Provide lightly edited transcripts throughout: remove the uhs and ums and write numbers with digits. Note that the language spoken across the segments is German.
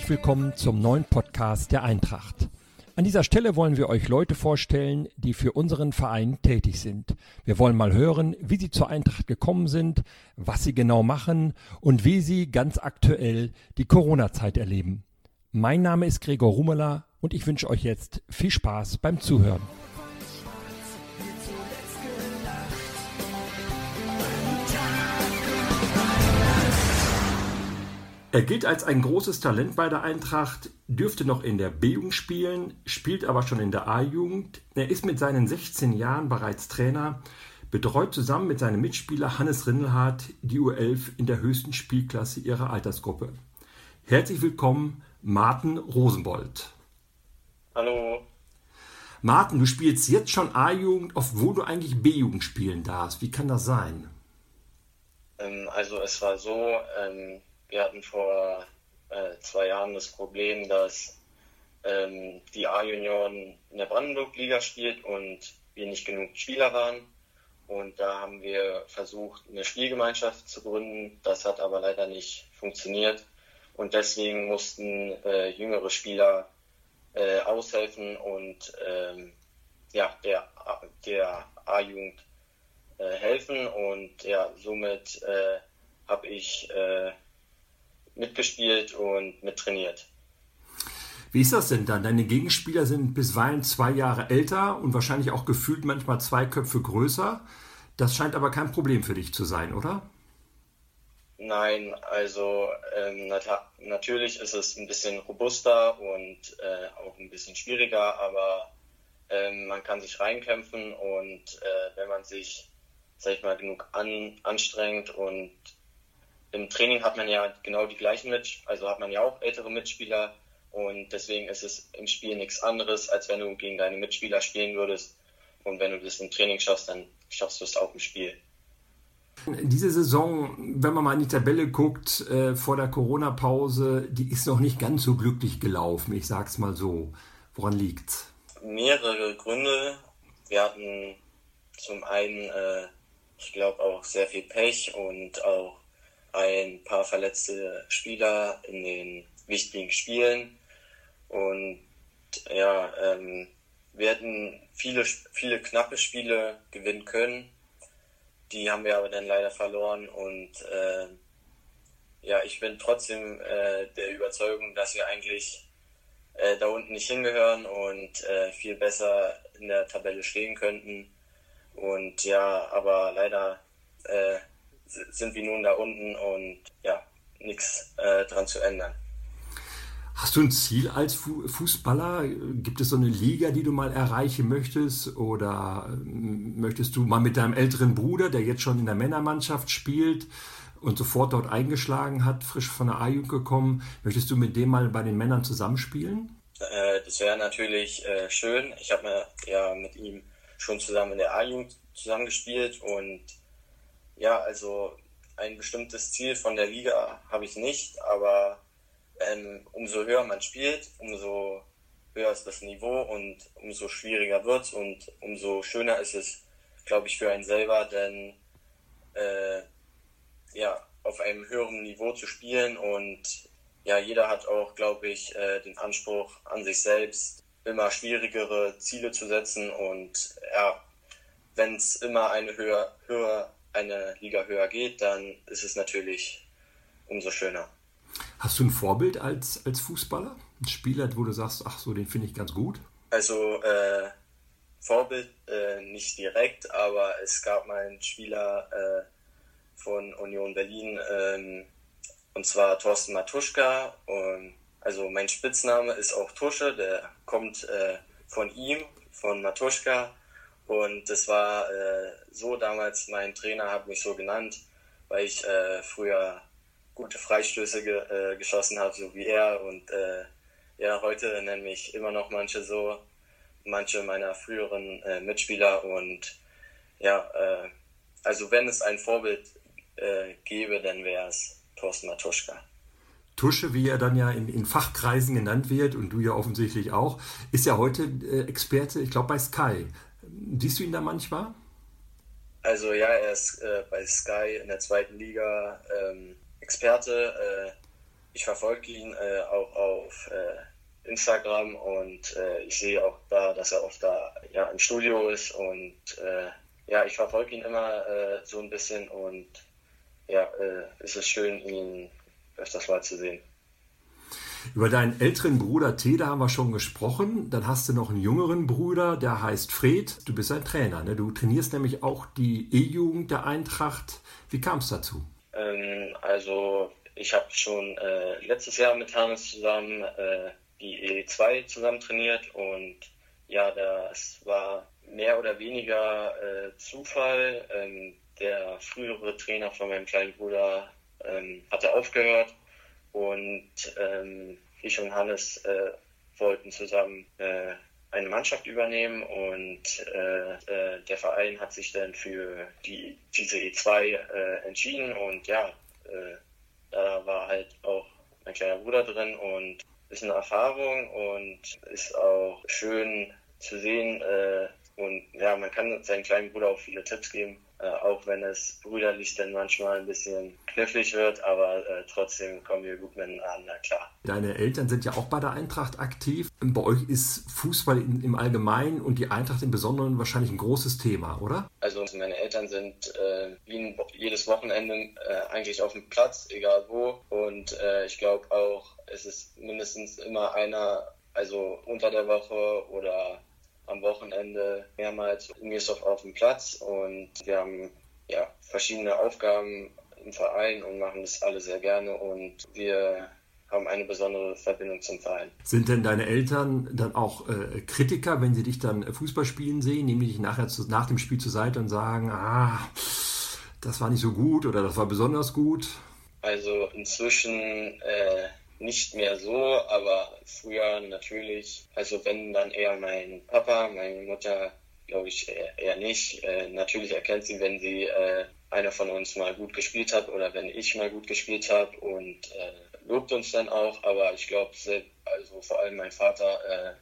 willkommen zum neuen Podcast der Eintracht. An dieser Stelle wollen wir euch Leute vorstellen, die für unseren Verein tätig sind. Wir wollen mal hören, wie sie zur Eintracht gekommen sind, was sie genau machen und wie sie ganz aktuell die Corona-Zeit erleben. Mein Name ist Gregor Rumeler und ich wünsche euch jetzt viel Spaß beim Zuhören. Er gilt als ein großes Talent bei der Eintracht, dürfte noch in der B-Jugend spielen, spielt aber schon in der A-Jugend. Er ist mit seinen 16 Jahren bereits Trainer, betreut zusammen mit seinem Mitspieler Hannes Rindelhardt die U11 in der höchsten Spielklasse ihrer Altersgruppe. Herzlich willkommen, Martin Rosenbold. Hallo. Martin, du spielst jetzt schon A-Jugend, obwohl du eigentlich B-Jugend spielen darfst. Wie kann das sein? Also es war so, wir hatten vor 2 Jahren das Problem, dass die A-Junioren in der Brandenburg-Liga spielt und wir nicht genug Spieler waren. Und da haben wir versucht, eine Spielgemeinschaft zu gründen. Das hat aber leider nicht funktioniert. Und deswegen mussten jüngere Spieler aushelfen und der A-Jugend helfen. Und ja, somit habe ich mitgespielt und mittrainiert. Wie ist das denn dann? Deine Gegenspieler sind bisweilen 2 Jahre älter und wahrscheinlich auch gefühlt manchmal 2 Köpfe größer. Das scheint aber kein Problem für dich zu sein, oder? Nein, also natürlich ist es ein bisschen robuster und auch ein bisschen schwieriger, aber man kann sich reinkämpfen und wenn man sich, sag ich mal, genug anstrengt und im Training hat man ja genau die gleichen also hat man ja auch ältere Mitspieler und deswegen ist es im Spiel nichts anderes, als wenn du gegen deine Mitspieler spielen würdest. Und wenn du das im Training schaffst, dann schaffst du es auch im Spiel. Diese Saison, wenn man mal in die Tabelle guckt, vor der Corona-Pause, die ist noch nicht ganz so glücklich gelaufen, ich sag's mal so. Woran liegt's? Mehrere Gründe. Wir hatten zum einen, ich glaube, auch sehr viel Pech und auch ein paar verletzte Spieler in den wichtigen Spielen. Und ja, wir hätten viele knappe Spiele gewinnen können. Die haben wir aber dann leider verloren. Und ich bin trotzdem der Überzeugung, dass wir eigentlich da unten nicht hingehören und viel besser in der Tabelle stehen könnten. Und ja, aber leider sind wir nun da unten und ja, nichts dran zu ändern. Hast du ein Ziel als Fußballer? Gibt es so eine Liga, die du mal erreichen möchtest? Oder möchtest du mal mit deinem älteren Bruder, der jetzt schon in der Männermannschaft spielt und sofort dort eingeschlagen hat, frisch von der A-Jugend gekommen, möchtest du mit dem mal bei den Männern zusammenspielen? Das wäre natürlich schön. Ich habe ja mit ihm schon zusammen in der A-Jugend zusammengespielt und ja, also ein bestimmtes Ziel von der Liga habe ich nicht, aber umso höher man spielt, umso höher ist das Niveau und umso schwieriger wird es und umso schöner ist es, glaube ich, für einen selber, denn auf einem höheren Niveau zu spielen und ja, jeder hat auch, glaube ich, den Anspruch an sich selbst, immer schwierigere Ziele zu setzen und ja, wenn es immer eine Liga höher geht, dann ist es natürlich umso schöner. Hast du ein Vorbild als Fußballer? Ein Spieler, wo du sagst, ach so, den finde ich ganz gut? Also Vorbild nicht direkt, aber es gab mal einen Spieler von Union Berlin, und zwar Thorsten Matuschka. Also mein Spitzname ist auch Tusche, der kommt von ihm, von Matuschka. Und das war so damals, mein Trainer hat mich so genannt, weil ich früher gute Freistöße geschossen habe, so wie er. Und heute nennen mich immer noch manche meiner früheren Mitspieler. Und also wenn es ein Vorbild gäbe, dann wäre es Thorsten Matuschka. Tusche, wie er dann ja in Fachkreisen genannt wird und du ja offensichtlich auch, ist ja heute Experte, ich glaube bei Sky. Siehst du ihn da manchmal? Also ja, er ist bei Sky in der 2. Liga Experte. Ich verfolge ihn auch auf Instagram und ich sehe auch da, dass er oft da im Studio ist und ich verfolge ihn immer so ein bisschen und es ist schön, ihn öfters mal zu sehen. Über deinen älteren Bruder Teda haben wir schon gesprochen. Dann hast du noch einen jüngeren Bruder, der heißt Fred. Du bist ein Trainer, ne? Du trainierst nämlich auch die E-Jugend der Eintracht. Wie kam es dazu? Also ich habe schon letztes Jahr mit Hannes zusammen die E2 zusammen trainiert und ja, das war mehr oder weniger Zufall. Der frühere Trainer von meinem kleinen Bruder hatte aufgehört. Und ich und Hannes wollten zusammen eine Mannschaft übernehmen und der Verein hat sich dann für diese E2 entschieden und da war halt auch mein kleiner Bruder drin und ist eine Erfahrung und ist auch schön zu sehen und ja, man kann seinem kleinen Bruder auch viele Tipps geben. Auch wenn es brüderlich dann manchmal ein bisschen knifflig wird, aber trotzdem kommen wir gut miteinander klar. Deine Eltern sind ja auch bei der Eintracht aktiv. Bei euch ist Fußball im Allgemeinen und die Eintracht im Besonderen wahrscheinlich ein großes Thema, oder? Also meine Eltern sind wie jedes Wochenende eigentlich auf dem Platz, egal wo. Und ich glaube auch, es ist mindestens immer einer, also unter der Woche oder am Wochenende mehrmals in Mirsdorf auf dem Platz und wir haben verschiedene Aufgaben im Verein und machen das alle sehr gerne und wir haben eine besondere Verbindung zum Verein. Sind denn deine Eltern dann auch Kritiker, wenn sie dich dann Fußball spielen sehen, nehmen die dich nachher nach dem Spiel zur Seite und sagen, das war nicht so gut oder das war besonders gut? Also inzwischen nicht mehr so, aber früher natürlich, also wenn dann eher mein Papa, meine Mutter, glaube ich eher nicht. Natürlich erkennt sie, wenn sie einer von uns mal gut gespielt hat oder wenn ich mal gut gespielt habe und lobt uns dann auch, aber ich glaube, also vor allem mein Vater,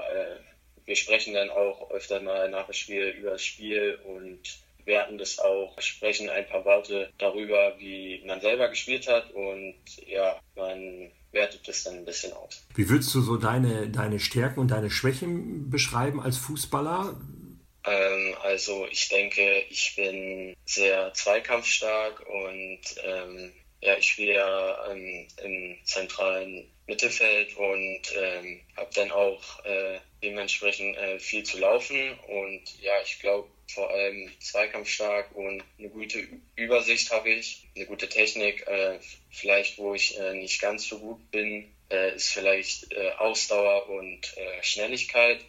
wir sprechen dann auch öfter mal nach dem Spiel über das Spiel und werten das auch, sprechen ein paar Worte darüber, wie man selber gespielt hat und man wertet das dann ein bisschen aus. Wie würdest du so deine Stärken und deine Schwächen beschreiben als Fußballer? Also ich denke, ich bin sehr zweikampfstark und ich spiele ja im zentralen Mittelfeld und habe dann auch dementsprechend viel zu laufen und ich glaube vor allem zweikampfstark und eine gute Übersicht habe ich, eine gute Technik. Vielleicht, wo ich nicht ganz so gut bin, ist vielleicht Ausdauer und Schnelligkeit,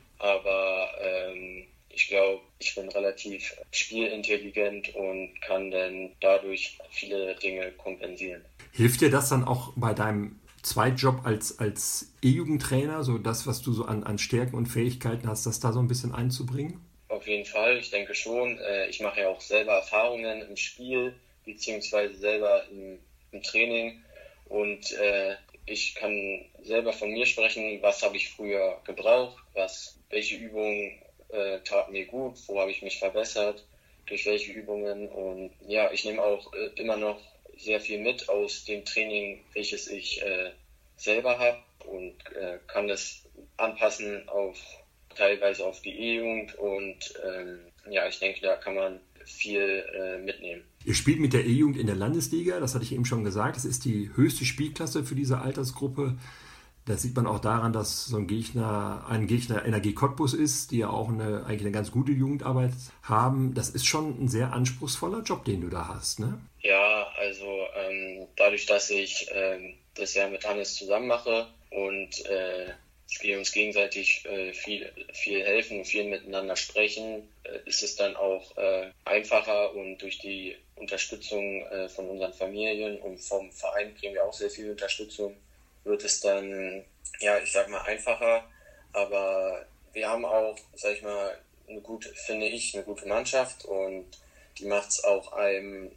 aber ich glaube, ich bin relativ spielintelligent und kann dann dadurch viele Dinge kompensieren. Hilft dir das dann auch bei deinem Zweitjob als E-Jugendtrainer, so das, was du so an Stärken und Fähigkeiten hast, das da so ein bisschen einzubringen? Auf jeden Fall, ich denke schon. Ich mache ja auch selber Erfahrungen im Spiel, beziehungsweise selber im Training und ich kann selber von mir sprechen, was habe ich früher gebraucht, welche Übungen taten mir gut, wo habe ich mich verbessert, durch welche Übungen und ich nehme auch immer noch sehr viel mit aus dem Training, welches ich selber habe und kann das anpassen teilweise auf die E-Jugend und ich denke, da kann man viel mitnehmen. Ihr spielt mit der E-Jugend in der Landesliga, das hatte ich eben schon gesagt, das ist die höchste Spielklasse für diese Altersgruppe. Das sieht man auch daran, dass so ein Gegner Energie Cottbus ist, die ja auch eigentlich eine ganz gute Jugendarbeit haben. Das ist schon ein sehr anspruchsvoller Job, den du da hast, ne? Ja, also dadurch, dass ich das ja mit Hannes zusammen mache und wir uns gegenseitig viel helfen und viel miteinander sprechen, ist es dann auch einfacher und durch die Unterstützung von unseren Familien und vom Verein kriegen wir auch sehr viel Unterstützung, wird es dann, einfacher, aber wir haben auch, eine gute Mannschaft und die macht es auch einem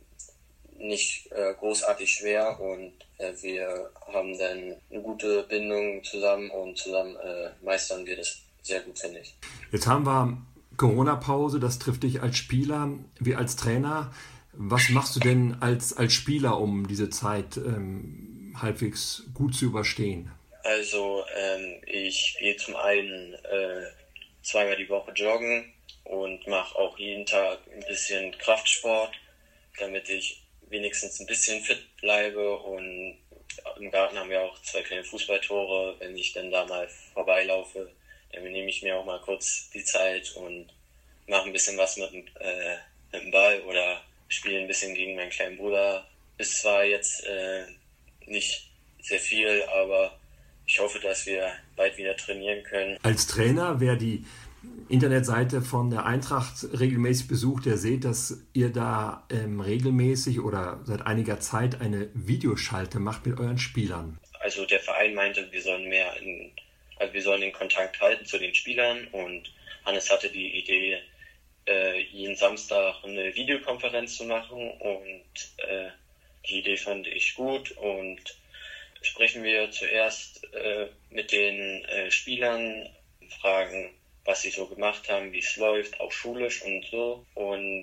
nicht großartig schwer und wir haben dann eine gute Bindung zusammen und zusammen meistern wir das sehr gut, finde ich. Jetzt haben wir Corona-Pause, das trifft dich als Spieler wie als Trainer. Was machst du denn als Spieler um diese Zeit? halbwegs gut zu überstehen? Also ich gehe zum einen zweimal die Woche joggen und mache auch jeden Tag ein bisschen Kraftsport, damit ich wenigstens ein bisschen fit bleibe. Und im Garten haben wir auch 2 kleine Fußballtore. Wenn ich dann da mal vorbeilaufe, dann nehme ich mir auch mal kurz die Zeit und mache ein bisschen was mit dem Ball oder spiele ein bisschen gegen meinen kleinen Bruder. Ist zwar jetzt nicht sehr viel, aber ich hoffe, dass wir bald wieder trainieren können. Als Trainer, wer die Internetseite von der Eintracht regelmäßig besucht, der sieht, dass ihr da regelmäßig oder seit einiger Zeit eine Videoschalte macht mit euren Spielern. Also der Verein meinte, wir sollen den Kontakt halten zu den Spielern, und Hannes hatte die Idee, jeden Samstag eine Videokonferenz zu machen, und die Idee fand ich gut, und sprechen wir zuerst mit den Spielern, fragen, was sie so gemacht haben, wie es läuft, auch schulisch und so. Und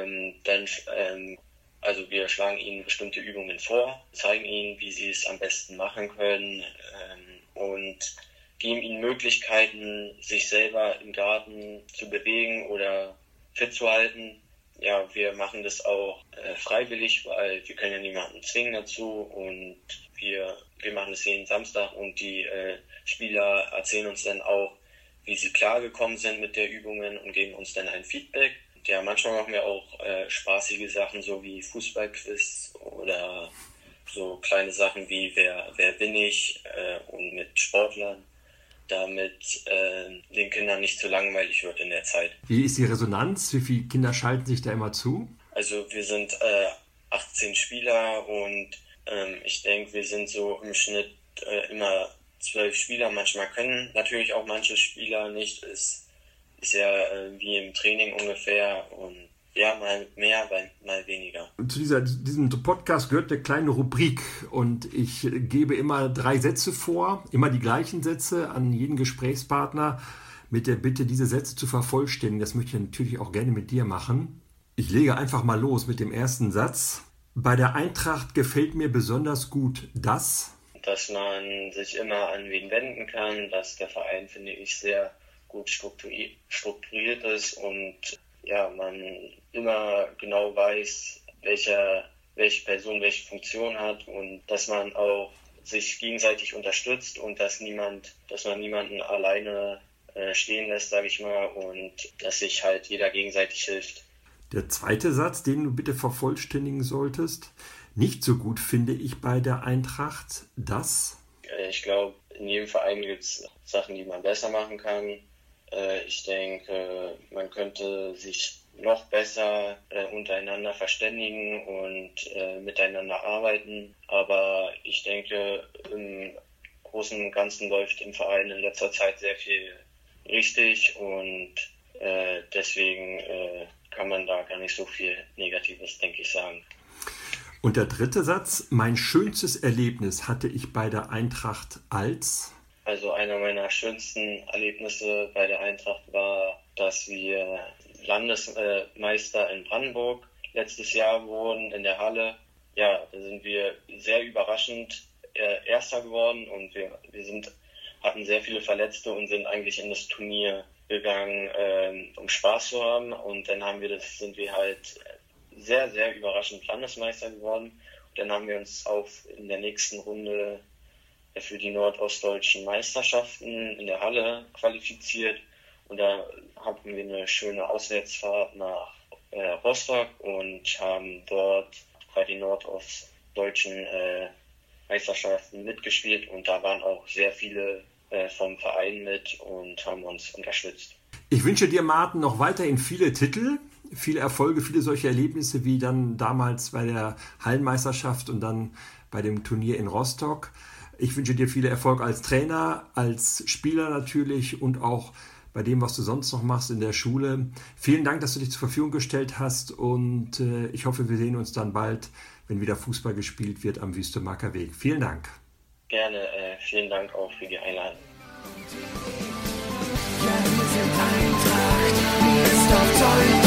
also wir schlagen ihnen bestimmte Übungen vor, zeigen ihnen, wie sie es am besten machen können, und geben ihnen Möglichkeiten, sich selber im Garten zu bewegen oder fit zu halten. Ja, wir machen das auch freiwillig, weil wir können ja niemanden zwingen dazu, und wir machen das jeden Samstag, und die Spieler erzählen uns dann auch, wie sie klargekommen sind mit der Übungen, und geben uns dann ein Feedback. Ja, manchmal machen wir auch spaßige Sachen, so wie Fußballquiz oder so kleine Sachen wie Wer bin ich, und mit Sportlern, damit den Kindern nicht zu langweilig wird in der Zeit. Wie ist die Resonanz? Wie viele Kinder schalten sich da immer zu? Also wir sind 18 Spieler, und ich denke, wir sind so im Schnitt immer 12 Spieler. Manchmal können natürlich auch manche Spieler nicht. Ist ja wie im Training ungefähr, und ja, mal mehr, mal weniger. Zu diesem Podcast gehört eine kleine Rubrik, und ich gebe immer 3 Sätze vor, immer die gleichen Sätze an jeden Gesprächspartner mit der Bitte, diese Sätze zu vervollständigen. Das möchte ich natürlich auch gerne mit dir machen. Ich lege einfach mal los mit dem ersten Satz. Bei der Eintracht gefällt mir besonders gut das, dass man sich immer an wen wenden kann, dass der Verein, finde ich, sehr gut strukturiert ist, und ja, man immer genau weiß, welche Person welche Funktion hat, und dass man auch sich gegenseitig unterstützt und dass man niemanden alleine stehen lässt, sage ich mal, und dass sich halt jeder gegenseitig hilft. Der zweite Satz, den du bitte vervollständigen solltest. Nicht so gut finde ich bei der Eintracht das. Ich glaube, in jedem Verein gibt es Sachen, die man besser machen kann. Ich denke, man könnte sich noch besser untereinander verständigen und miteinander arbeiten. Aber ich denke, im Großen und Ganzen läuft im Verein in letzter Zeit sehr viel richtig, und deswegen kann man da gar nicht so viel Negatives, denke ich, sagen. Und der dritte Satz, mein schönstes Erlebnis hatte ich bei der Eintracht als? Also einer meiner schönsten Erlebnisse bei der Eintracht war, dass wir Landesmeister in Brandenburg letztes Jahr wurden in der Halle. Ja, da sind wir sehr überraschend Erster geworden, und wir hatten sehr viele Verletzte und sind eigentlich in das Turnier gegangen, um Spaß zu haben, und dann sind wir halt sehr, sehr überraschend Landesmeister geworden. Und dann haben wir uns in der nächsten Runde für die nordostdeutschen Meisterschaften in der Halle qualifiziert, und da hatten wir eine schöne Auswärtsfahrt nach Rostock und haben dort bei den nordostdeutschen Meisterschaften mitgespielt, und da waren auch sehr viele vom Verein mit und haben uns unterstützt. Ich wünsche dir, Martin, noch weiterhin viele Titel, viele Erfolge, viele solche Erlebnisse wie dann damals bei der Hallenmeisterschaft und dann bei dem Turnier in Rostock. Ich wünsche dir viel Erfolg als Trainer, als Spieler natürlich und auch bei dem, was du sonst noch machst in der Schule. Vielen Dank, dass du dich zur Verfügung gestellt hast, und ich hoffe, wir sehen uns dann bald, wenn wieder Fußball gespielt wird am Wüstemarker Weg. Vielen Dank. Gerne, vielen Dank auch für die Einladung. Ja, wir sind Eintracht, mir ist doch toll.